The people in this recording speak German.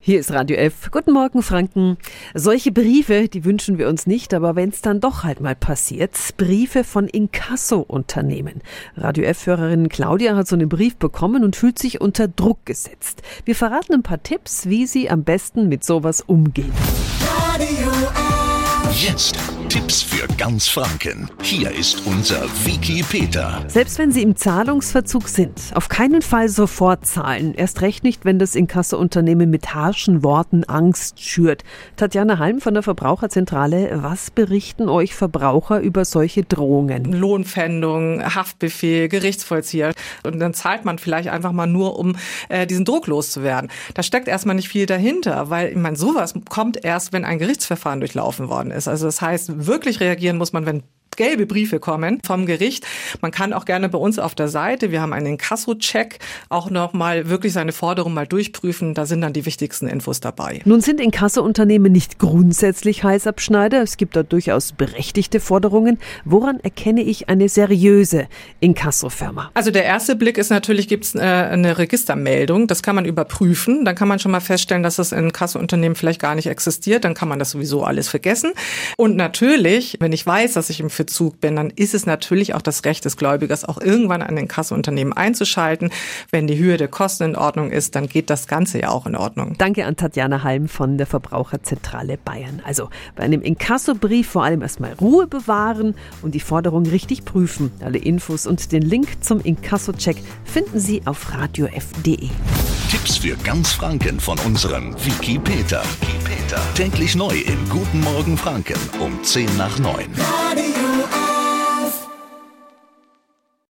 Hier ist Radio F. Guten Morgen, Franken. Solche Briefe, die wünschen wir uns nicht, aber wenn es dann doch halt mal passiert, Briefe von Inkasso-Unternehmen. Radio F-Hörerin Claudia hat so einen Brief bekommen und fühlt sich unter Druck gesetzt. Wir verraten ein paar Tipps, wie sie am besten mit sowas umgehen. Radio F. Jetzt Tipps für ganz Franken. Hier ist unser Wiki Peter. Selbst wenn Sie im Zahlungsverzug sind, auf keinen Fall sofort zahlen. Erst recht nicht, wenn das Inkasso-Unternehmen mit harschen Worten Angst schürt. Tatjana Halm von der Verbraucherzentrale, was berichten euch Verbraucher über solche Drohungen? Lohnpfändung, Haftbefehl, Gerichtsvollzieher. Und dann zahlt man vielleicht einfach mal nur, um diesen Druck loszuwerden. Da steckt erstmal nicht viel dahinter, weil ich meine, sowas kommt erst, wenn ein Gerichtsverfahren durchlaufen worden ist. Also das heißt, wirklich reagieren muss man, wenn gelbe Briefe kommen vom Gericht. Man kann auch gerne bei uns auf der Seite, wir haben einen Inkasso-Check, auch nochmal wirklich seine Forderung mal durchprüfen. Da sind dann die wichtigsten Infos dabei. Nun sind Inkasso-Unternehmen nicht grundsätzlich Heißabschneider. Es gibt da durchaus berechtigte Forderungen. Woran erkenne ich eine seriöse Inkasso-Firma? Also der erste Blick ist natürlich, gibt es eine Registermeldung. Das kann man überprüfen. Dann kann man schon mal feststellen, dass das Inkasso-Unternehmen vielleicht gar nicht existiert. Dann kann man das sowieso alles vergessen. Und natürlich, wenn ich weiß, dass ich im Verzug bin, dann ist es natürlich auch das Recht des Gläubigers, auch irgendwann ein Inkasso-Unternehmen einzuschalten. Wenn die Höhe der Kosten in Ordnung ist, dann geht das Ganze ja auch in Ordnung. Danke an Tatjana Halm von der Verbraucherzentrale Bayern. Also bei einem Inkassobrief vor allem erstmal Ruhe bewahren und die Forderung richtig prüfen. Alle Infos und den Link zum Inkasso-Check finden Sie auf radiof.de. Tipps für ganz Franken von unserem Wiki Peter. Täglich neu in Guten Morgen Franken um 10 nach 9. Radio